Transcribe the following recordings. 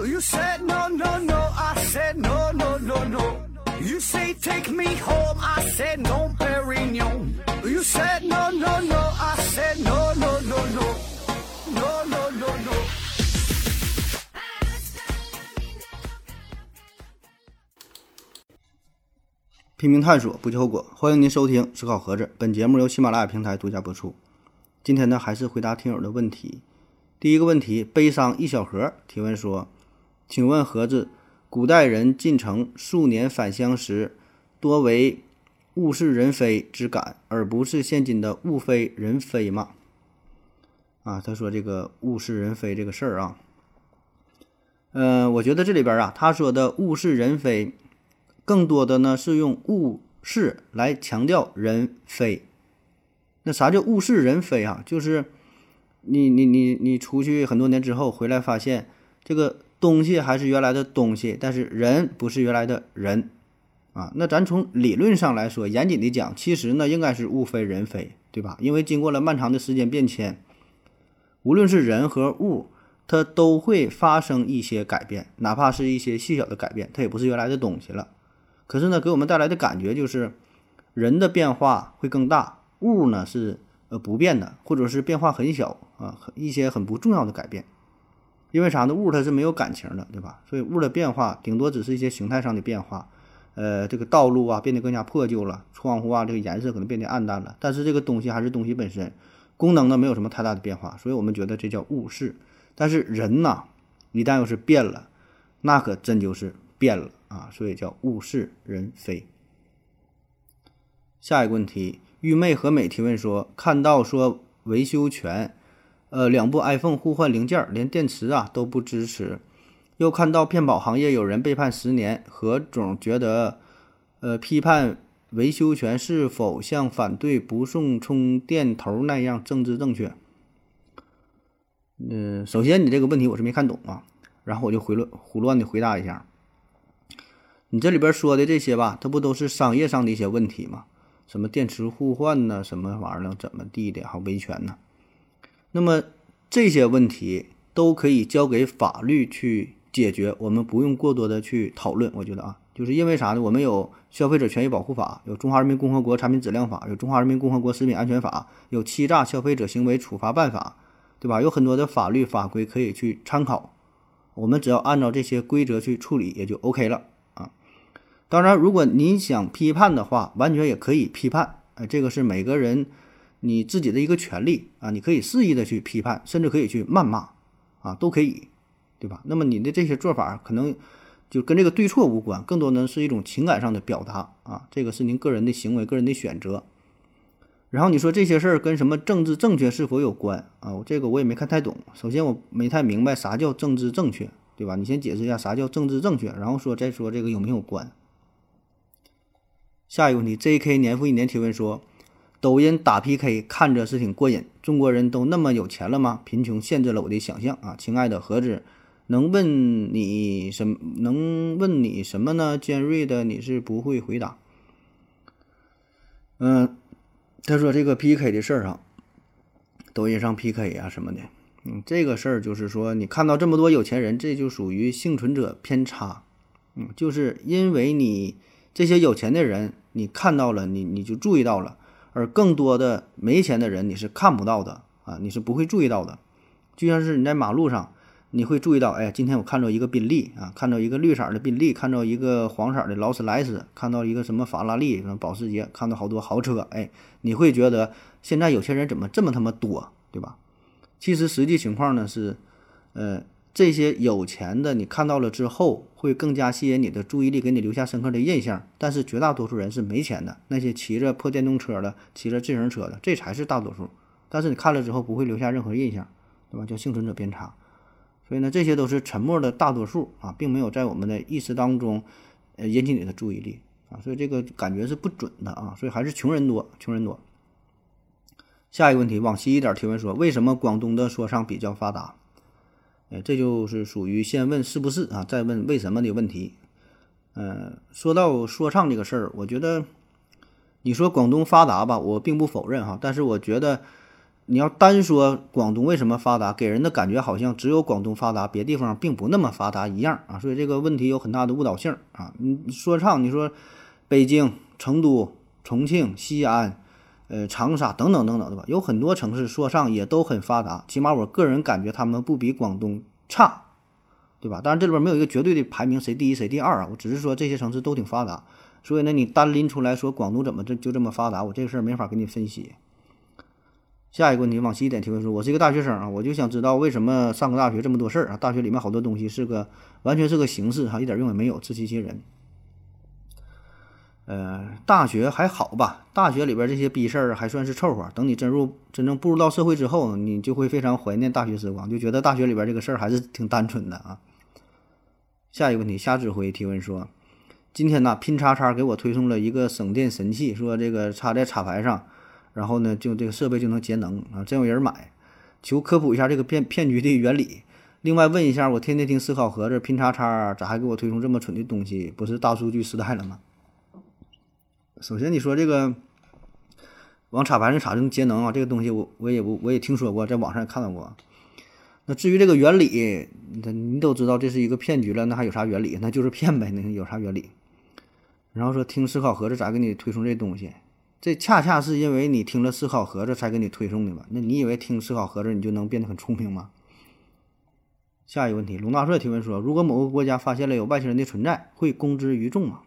You said no, no, no, I said no, no, no, no. You say take me home, I said no, Perignon. You said no, no, no, I said no, no, no, no. No, no, no, no. 拼命探索，不计后果。欢迎您收听思考盒子，本节目由喜马拉雅平台独家播出。今天呢，还是回答听友的问题。第一个问题，悲伤一小盒提问说，请问盒子，古代人进城数年返乡时，多为物是人非之感，而不是现今的物非人非吗？啊，他说这个物是人非这个事儿啊，我觉得这里边啊，他说的物是人非，更多的呢是用物是来强调人非。那啥叫物是人非啊？就是你出去很多年之后回来，发现这个东西还是原来的东西，但是人不是原来的人啊。那咱从理论上来说，严谨的讲，其实呢应该是物非人非，对吧？因为经过了漫长的时间变迁，无论是人和物，它都会发生一些改变，哪怕是一些细小的改变，它也不是原来的东西了。可是呢，给我们带来的感觉就是人的变化会更大，物呢是不变的，或者是变化很小啊，一些很不重要的改变。因为啥呢？物它是没有感情的，对吧？所以物的变化顶多只是一些形态上的变化，这个道路啊变得更加破旧了，窗户啊这个颜色可能变得暗淡了，但是这个东西还是东西本身，功能呢没有什么太大的变化，所以我们觉得这叫物是。但是人呐，一旦要是变了，那可真就是变了啊，所以叫物是人非。下一个问题，玉妹和美提问说，看到说维修权2部 iPhone 互换零件，连电池啊都不支持，又看到骗保行业有人被判10年，何总觉得批判维修权是否像反对不送充电头那样政治正确？首先你这个问题我是没看懂啊，然后我就胡乱的回答一下。你这里边说的这些吧，它不都是商业上的一些问题吗？什么电池互换呢，什么玩意儿怎么地的，还有维权呢？那么这些问题都可以交给法律去解决，我们不用过多的去讨论。我觉得啊，就是因为啥呢？我们有消费者权益保护法，有中华人民共和国产品质量法，有中华人民共和国食品安全法，有欺诈消费者行为处罚办法，对吧？有很多的法律法规可以去参考，我们只要按照这些规则去处理也就 OK 了啊。当然，如果你想批判的话，完全也可以批判，这个是每个人你自己的一个权利啊，你可以肆意的去批判，甚至可以去谩骂啊，都可以，对吧？那么你的这些做法可能就跟这个对错无关，更多呢是一种情感上的表达啊，这个是您个人的行为、个人的选择。然后你说这些事儿跟什么政治正确是否有关啊？这个我也没看太懂。首先我没太明白啥叫政治正确，对吧？你先解释一下啥叫政治正确，然后再说这个有没有关。下一个问题 ，JK 年复一年提问说，抖音打 PK 看着是挺过瘾，中国人都那么有钱了吗？贫穷限制了我的想象啊！亲爱的盒子，能问你什么呢？尖锐的你是不会回答。他说这个 PK 的事儿啊，抖音上 PK 啊什么的，这个事儿就是说，你看到这么多有钱人，这就属于幸存者偏差，就是因为你这些有钱的人，你看到了，你就注意到了，而更多的没钱的人你是看不到的啊，你是不会注意到的。就像是你在马路上，你会注意到，哎，今天我看到一个宾利啊，看到一个绿色的宾利，看到一个黄色的劳斯莱斯，看到一个什么法拉利、什么保时捷，看到好多豪车，哎，你会觉得现在有钱人怎么这么他妈多，对吧？其实实际情况呢是，这些有钱的你看到了之后，会更加吸引你的注意力，给你留下深刻的印象。但是绝大多数人是没钱的，那些骑着破电动车的、骑着自行车的，这才是大多数。但是你看了之后不会留下任何印象，对吧？叫幸存者偏差。所以呢，这些都是沉默的大多数啊，并没有在我们的意识当中，引起你的注意力啊，所以这个感觉是不准的啊，所以还是穷人多。下一个问题，往西一点提问说，为什么广东的说唱比较发达？这就是属于先问是不是啊，再问为什么的问题。说到说唱这个事儿，我觉得你说广东发达吧，我并不否认哈，但是我觉得你要单说广东为什么发达，给人的感觉好像只有广东发达，别地方并不那么发达一样啊，所以这个问题有很大的误导性啊。你说唱，你说北京、成都、重庆、西安、长沙等等等等，对吧？有很多城市说唱也都很发达，起码我个人感觉他们不比广东差，对吧？当然这里边没有一个绝对的排名谁第一谁第二啊，我只是说这些城市都挺发达，所以呢，你单拎出来说广东怎么就这么发达，我这个事儿没法给你分析。下一个问题往细一点提问说，我是一个大学生啊，我就想知道为什么上个大学这么多事儿啊？大学里面好多东西完全是个形式哈，一点用也没有，自欺欺人。大学还好吧？大学里边这些逼事儿还算是凑合，等你真正步入到社会之后，你就会非常怀念大学时光，就觉得大学里边这个事儿还是挺单纯的啊。下一个问题，夏指挥提问说，今天呢拼叉叉给我推送了一个省电神器，说这个插在插排上。然后呢，就这个设备就能节能啊，真有人买，求科普一下这个骗局的原理。另外问一下，我天天听思考盒子拼叉叉，咋还给我推送这么蠢的东西？不是大数据时代了吗？首先你说这个往插排上插就能节能啊，这个东西我也听说过，在网上也看到过。那至于这个原理，你都知道这是一个骗局了，那还有啥原理？那就是骗呗，那有啥原理？然后说听思考盒子咋给你推送这东西？这恰恰是因为你听了思考盒子才给你推送的嘛？那你以为听思考盒子你就能变得很聪明吗？下一个问题，龙大帅提问说，如果某个国家发现了有外星人的存在，会公之于众吗？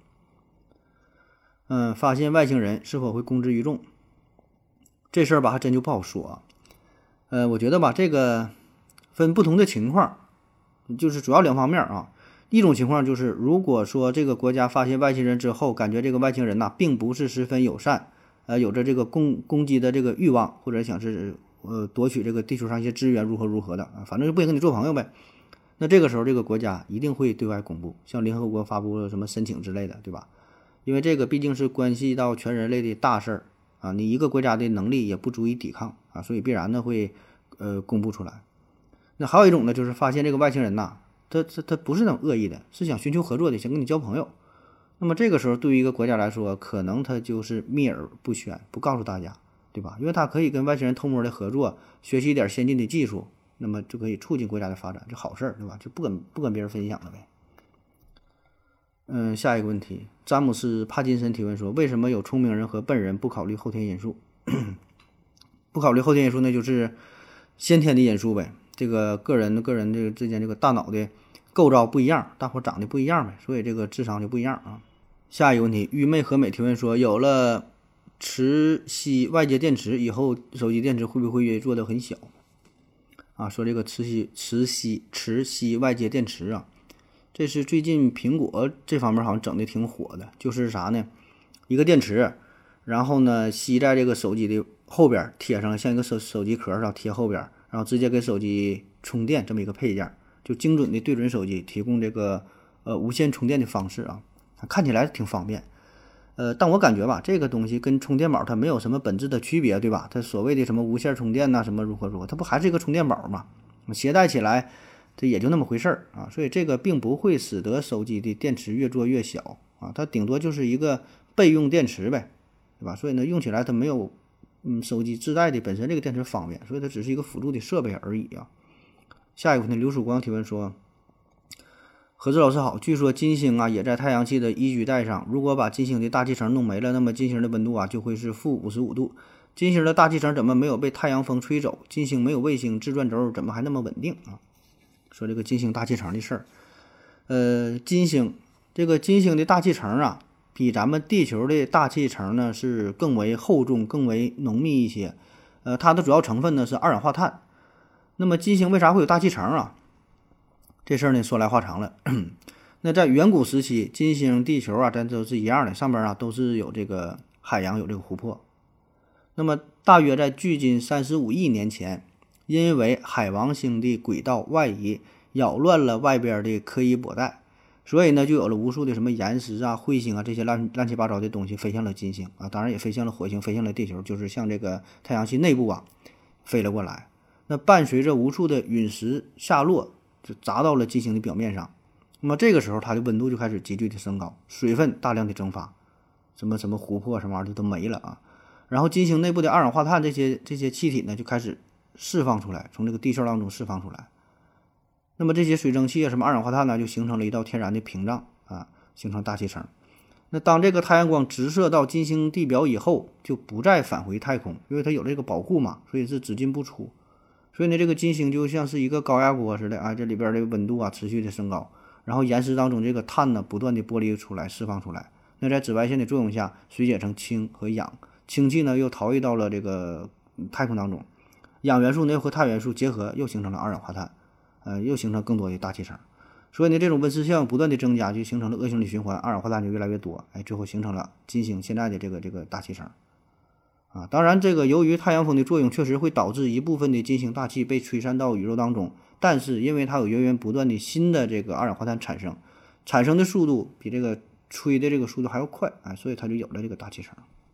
发现外星人是否会公之于众？这事儿吧还真就不好说啊。我觉得吧，这个分不同的情况，就是主要两方面啊。一种情况就是，如果说这个国家发现外星人之后，感觉这个外星人呐并不是十分友善，有着这个攻击的这个欲望，或者想是夺取这个地球上一些资源，如何的啊，反正就不想跟你做朋友呗。那这个时候，这个国家一定会对外公布，向联合国发布什么申请之类的，对吧？因为这个毕竟是关系到全人类的大事儿啊，你一个国家的能力也不足以抵抗啊，所以必然呢会公布出来。那还有一种呢，就是发现这个外星人呐，他不是那种恶意的，是想寻求合作的，想跟你交朋友。那么这个时候对于一个国家来说，可能他就是秘而不宣，不告诉大家，对吧？因为他可以跟外星人偷摸的合作，学习一点先进的技术，那么就可以促进国家的发展，这好事儿，对吧？就不跟别人分享了呗。下一个问题，詹姆斯·帕金森提问说，为什么有聪明人和笨人不考虑后天因素？不考虑后天因素，那就是先天的因素呗。这个个人这个之间这个大脑的构造不一样，大伙长得不一样呗，所以这个智商就不一样啊。下一个问题，愚昧和美提问说，有了磁吸外接电池以后，手机电池会不会做得很小啊？说这个磁吸外接电池啊，这是最近苹果这方面好像整的挺火的，就是啥呢？一个电池，然后呢吸在这个手机的后边贴上，像一个手机壳上贴后边，然后直接给手机充电这么一个配件，就精准的对准手机，提供这个无线充电的方式啊，看起来挺方便。但我感觉吧，这个东西跟充电宝它没有什么本质的区别，对吧？它所谓的什么无线充电呐，什么如何，它不还是一个充电宝吗？携带起来这也就那么回事儿啊，所以这个并不会使得手机的电池越做越小啊，它顶多就是一个备用电池呗，对吧？所以呢，用起来它没有手机自带的本身这个电池方便，所以它只是一个辅助的设备而已啊。下一个问题，刘曙光提问说，何志老师好，据说金星啊也在太阳系的宜居带上，如果把金星的大气层弄没了，那么金星的温度啊就会是-55度。金星的大气层怎么没有被太阳风吹走？金星没有卫星自转轴，怎么还那么稳定啊？说这个金星大气层的事儿，金星的大气层啊，比咱们地球的大气层呢是更为厚重、更为浓密一些。它的主要成分呢是二氧化碳。那么金星为啥会有大气层啊？这事儿呢说来话长了。那在远古时期，金星、地球啊，咱都是一样的，上边啊都是有这个海洋，有这个湖泊。那么大约在距今35亿年前，因为海王星的轨道外移，扰乱了外边的柯伊伯带，所以呢就有了无数的什么岩石啊、彗星啊这些乱七八糟的东西飞向了金星啊，当然也飞向了火星，飞向了地球，就是向这个太阳系内部啊飞了过来。那伴随着无数的陨石下落，就砸到了金星的表面上。那么这个时候它的温度就开始急剧的升高，水分大量的蒸发，什么湖泊什么玩意儿都没了啊。 然后金星内部的二氧化碳这些气体呢就开始释放出来，从这个地壳当中释放出来。那么这些水蒸气啊，什么二氧化碳呢，就形成了一道天然的屏障啊，形成大气层。那当这个太阳光直射到金星地表以后，就不再返回太空，因为它有这个保护嘛，所以是只进不出。所以呢，这个金星就像是一个高压锅似的啊，这里边的温度啊持续的升高，然后岩石当中这个碳呢不断的剥离出来，释放出来。那在紫外线的作用下，水解成氢和氧，氢气呢又逃逸到了这个太空当中，氧元素呢又和碳元素结合，又形成了二氧化碳，又形成更多的大气层。所以呢，这种温室效应不断的增加，就形成了恶性的循环，二氧化碳就越来越多，最后形成了金星现在的这个大气层。啊，当然，这个由于太阳风的作用，确实会导致一部分的金星大气被吹散到宇宙当中，但是因为它有源源不断的新的这个二氧化碳产生的速度比这个吹的这个速度还要快，所以它就有了这个大气层。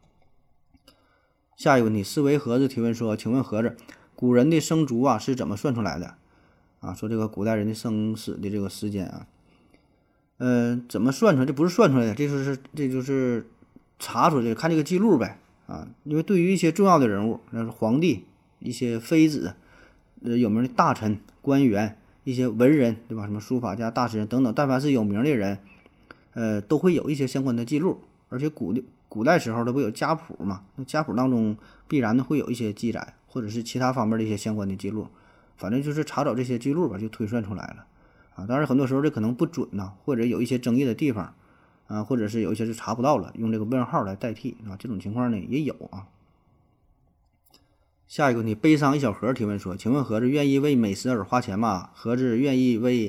下一个问题，思维盒子提问说，请问盒子，古人的生卒啊是怎么算出来的？啊，说这个古代人的生死的这个时间啊，怎么算出来？这不是算出来的，这就是查出来的，看这个记录呗。啊，因为对于一些重要的人物，那是皇帝、一些妃子、有名的大臣、官员、一些文人，对吧？什么书法家、大诗人等等，但凡是有名的人，都会有一些相关的记录。而且古代时候它不有家谱嘛？那家谱当中必然的会有一些记载，或者是其他方面的一些相关的记录。反正就是查找这些记录吧，就推算出来了。啊，当然很多时候这可能不准呐，或者有一些争议的地方。啊，或者是有一些是查不到了，用这个问号来代替啊，这种情况呢也有啊。下一个问题，悲伤一小盒提问说，请问盒子愿意为美食而花钱吗？盒子愿意为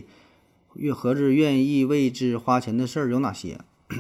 之花钱的事儿有哪些？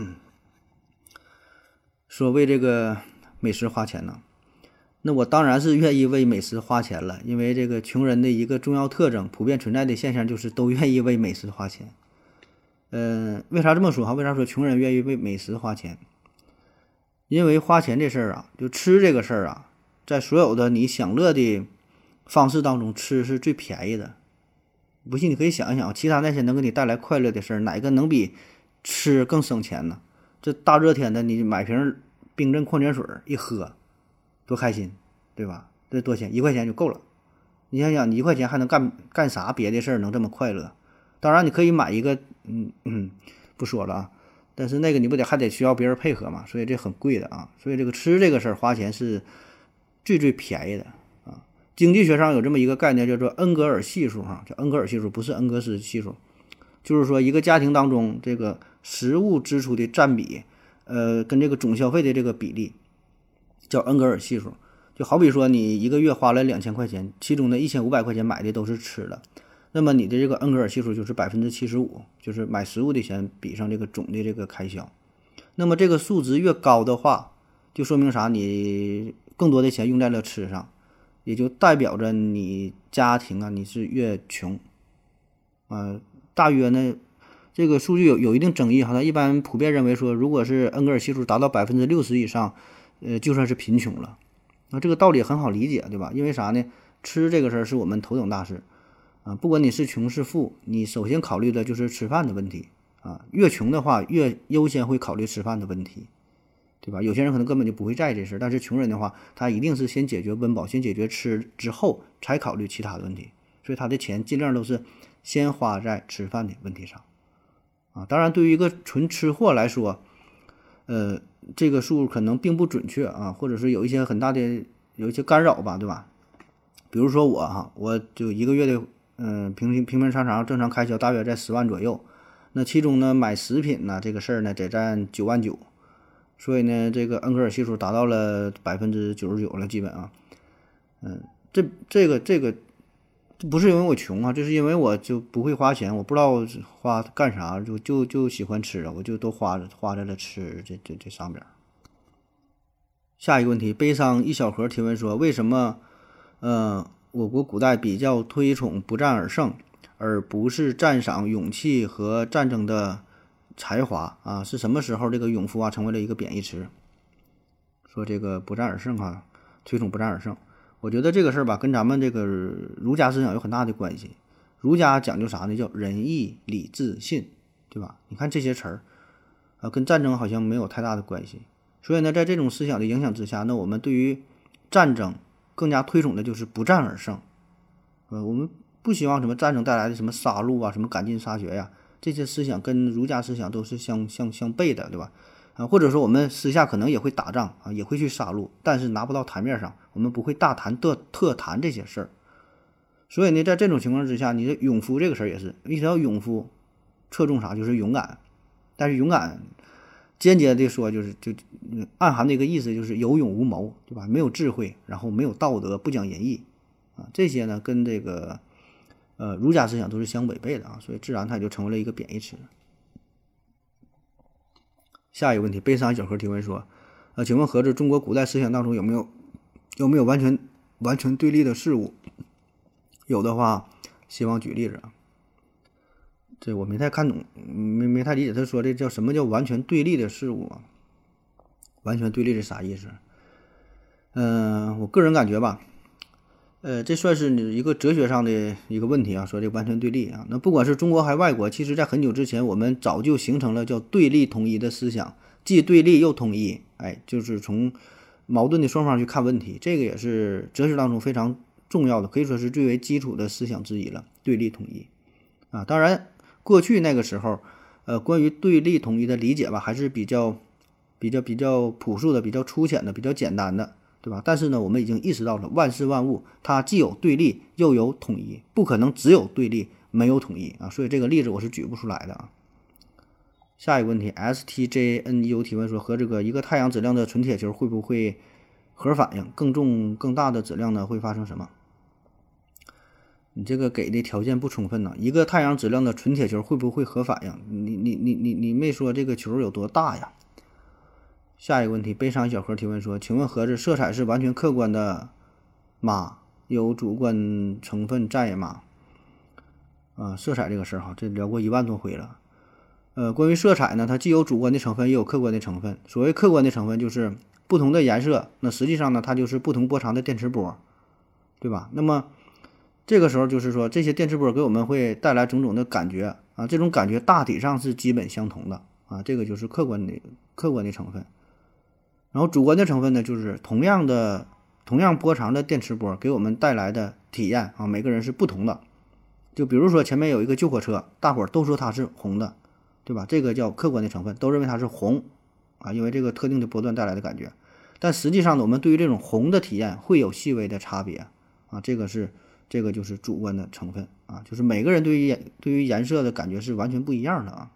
说为这个美食花钱呢？那我当然是愿意为美食花钱了，因为这个穷人的一个重要特征，普遍存在的现象就是都愿意为美食花钱。为啥这么说哈？为啥说穷人愿意为美食花钱？因为花钱这事儿啊，就吃这个事儿啊，在所有的你享乐的方式当中，吃是最便宜的。不信你可以想一想，其他那些能给你带来快乐的事儿，哪个能比吃更省钱呢？这大热天的，你买瓶冰镇矿泉水一喝，多开心，对吧？这多钱？1块钱就够了。你想想，你1块钱还能干啥别的事儿能这么快乐？当然，你可以买一个，不说了啊。但是那个你不还得需要别人配合嘛，所以这很贵的啊。所以这个吃这个事儿花钱是最便宜的啊。经济学上有这么一个概念叫做恩格尔系数哈，叫恩格尔系数，不是恩格斯系数，就是说一个家庭当中这个食物支出的占比，跟这个总消费的这个比例叫恩格尔系数。就好比说你一个月花了2000块钱，其中的1500块钱买的都是吃的。那么你的这个恩格尔系数就是75%，就是买食物的钱比上这个总的这个开销。那么这个数值越高的话，就说明啥？你更多的钱用在了吃上，也就代表着你家庭啊，你是越穷。大约呢，这个数据有一定争议哈，它一般普遍认为说，如果是恩格尔系数达到60%以上，就算是贫穷了。那这个道理很好理解，对吧？因为啥呢？吃这个事儿是我们头等大事。不管你是穷是富，你首先考虑的就是吃饭的问题啊。越穷的话，越优先会考虑吃饭的问题，对吧？有些人可能根本就不会在意这事，但是穷人的话，他一定是先解决温饱，先解决吃之后，才考虑其他的问题。所以他的钱尽量都是先花在吃饭的问题上啊。当然，对于一个纯吃货来说，这个数可能并不准确啊，或者是有一些很大的有一些干扰吧，对吧？比如说我就一个月的平平常常正常开销大约在10万左右，那其中呢买食品呢这个事儿呢得占9万9，所以呢这个恩格尔系数达到了99%了，基本啊，这个不是因为我穷啊，这是因为我就不会花钱，我不知道花干啥，就喜欢吃啊，我就都花在了吃这上边。下一个问题，悲伤一小盒提问说，为什么我国古代比较推崇不战而胜，而不是赞赏勇气和战争的才华啊？是什么时候这个勇夫啊成为了一个贬义词？说这个不战而胜啊，推崇不战而胜。我觉得这个事儿吧，跟咱们这个儒家思想有很大的关系。儒家讲究啥呢？叫仁义礼智信，对吧？你看这些词儿跟战争好像没有太大的关系。 所以呢，在这种思想的影响之下，那我们对于战争更加推崇的就是不战而胜。我们不希望什么战争带来的什么杀戮啊，什么赶尽杀绝呀，这些思想跟儒家思想都是相悖的，对吧？或者说我们私下可能也会打仗啊，也会去杀戮，但是拿不到台面上，我们不会大谈特谈这些事儿。所以呢，在这种情况之下，你的勇夫这个事儿也是，一提到勇夫，侧重啥？就是勇敢。但是勇敢，间接的说就暗含的一个意思就是有勇无谋，对吧？没有智慧，然后没有道德，不讲仁义啊，这些呢跟这个儒家思想都是相违背的啊，所以自然它就成为了一个贬义词。下一个问题，悲伤小何提问说，请问盒子，中国古代思想当中有没有完全对立的事物？有的话，希望举例子啊。这我没太看懂，没太理解他说这叫什么叫完全对立的事物啊？完全对立是啥意思？我个人感觉吧，这算是一个哲学上的一个问题啊，说这完全对立啊。那不管是中国还是外国，其实在很久之前，我们早就形成了叫对立统一的思想，既对立又统一，就是从矛盾的双方去看问题，这个也是哲学当中非常重要的，可以说是最为基础的思想之一了，对立统一啊。当然，过去那个时候，关于对立统一的理解吧，还是比较朴素的，比较粗浅的，比较简单的，对吧？但是呢，我们已经意识到了万事万物它既有对立又有统一，不可能只有对立没有统一啊。所以这个例子我是举不出来的啊。下一个问题 ，STJNU 提问说，和这个一个太阳质量的纯铁球会不会核反应？更重更大的质量呢会发生什么？你这个给的条件不充分呢。一个太阳质量的纯铁球会不会核反应？你没说这个球有多大呀？下一个问题，悲伤小何提问说，请问盒子，色彩是完全客观的吗？有主观成分在吗？色彩这个事儿哈，这聊过1万多回了。关于色彩呢，它既有主观的成分，也有客观的成分。所谓客观的成分就是不同的颜色，那实际上呢，它就是不同波长的电磁波，对吧？那么这个时候就是说，这些电磁波给我们会带来种种的感觉啊，这种感觉大体上是基本相同的啊，这个就是客观的成分。然后主观的成分呢，就是同样波长的电磁波给我们带来的体验啊，每个人是不同的。就比如说前面有一个救火车，大伙儿都说它是红的，对吧？这个叫客观的成分，都认为它是红啊，因为这个特定的波段带来的感觉。但实际上呢，我们对于这种红的体验会有细微的差别啊，这个就是主观的成分啊，就是每个人对于颜色的感觉是完全不一样的啊。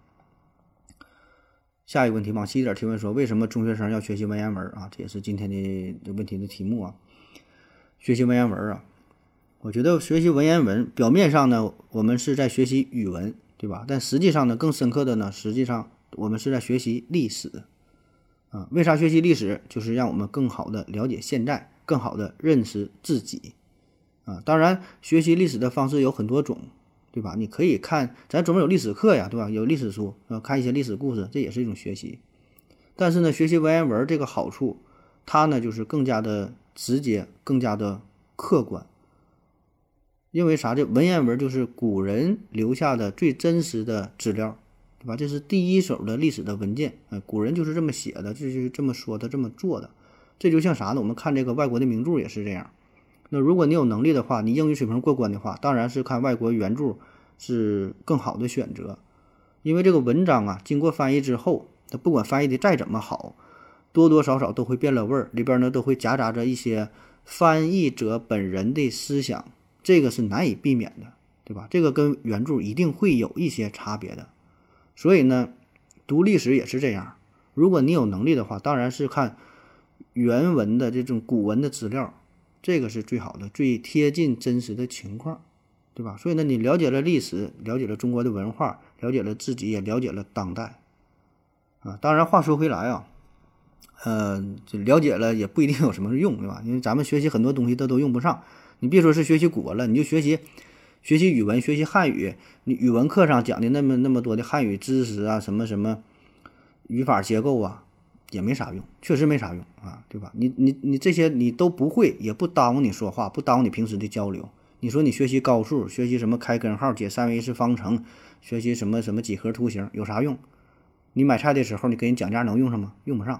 下一个问题，往细一点提问说，为什么中学生要学习文言文啊？这也是今天的问题的题目啊。学习文言文啊，我觉得学习文言文表面上呢，我们是在学习语文，对吧？但实际上呢，更深刻的呢，实际上我们是在学习历史啊。为啥学习历史？就是让我们更好的了解现在，更好的认识自己啊。当然，学习历史的方式有很多种，对吧？你可以看，咱专门有历史课呀，对吧？有历史书，看一些历史故事，这也是一种学习。但是呢，学习文言文这个好处，它呢就是更加的直接，更加的客观。因为啥？这文言文就是古人留下的最真实的资料，对吧？这是第一手的历史的文件，古人就是这么写的，就是这么说的，这么做的。这就像啥呢？我们看这个外国的名著也是这样。那如果你有能力的话，你英语水平过关的话，当然是看外国原著是更好的选择。因为这个文章啊，经过翻译之后，它不管翻译的再怎么好，多多少少都会变了味儿，里边呢都会夹杂着一些翻译者本人的思想，这个是难以避免的，对吧？这个跟原著一定会有一些差别的。所以呢，读历史也是这样。如果你有能力的话，当然是看原文的这种古文的资料，这个是最好的，最贴近真实的情况，对吧？所以呢，你了解了历史，了解了中国的文化，了解了自己，也了解了当代啊。当然话说回来啊，这了解了也不一定有什么用，对吧？因为咱们学习很多东西都用不上。你别说是学习古文了，你就学习语文，学习汉语，你语文课上讲的那么多的汉语知识啊，什么语法结构啊，也没啥用，确实没啥用啊，对吧？你这些你都不会，也不耽误你说话，不耽误你平时的交流。你说你学习高数，学习什么开根号、解三维式方程，学习什么几何图形，有啥用？你买菜的时候，你给人讲价能用上吗？用不上，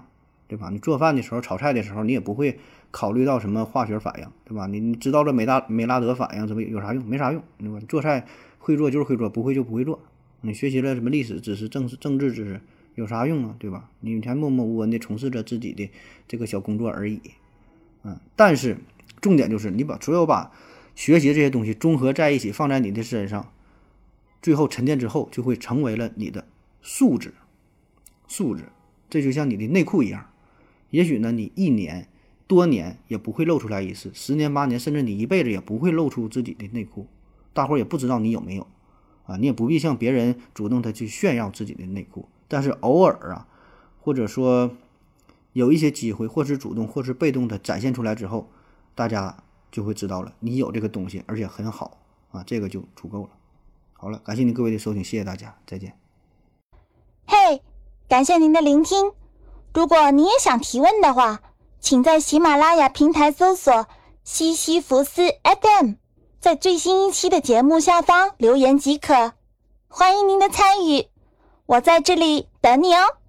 对吧？你做饭的时候、炒菜的时候，你也不会考虑到什么化学反应，对吧？你知道了美拉德反应，怎么有啥用？没啥用，对吧？做菜会做就是会做，不会就不会做。你学习了什么历史知识、政治知识，有啥用啊？对吧？你还默默无闻地从事着自己的这个小工作而已。但是重点就是你把学习这些东西综合在一起，放在你的身上，最后沉淀之后，就会成为了你的素质。这就像你的内裤一样，也许呢，你1年多年也不会露出来一次，10年8年，甚至你一辈子也不会露出自己的内裤，大伙儿也不知道你有没有啊，你也不必向别人主动的去炫耀自己的内裤。但是偶尔啊，或者说有一些机会，或是主动或是被动的展现出来之后，大家就会知道了你有这个东西，而且很好啊，这个就足够了。好了，感谢您各位的收听，谢谢大家，再见。 嘿，感谢您的聆听。如果你也想提问的话，请在喜马拉雅平台搜索西西弗斯 FM， 在最新一期的节目下方留言即可。欢迎您的参与，我在这里等你哦。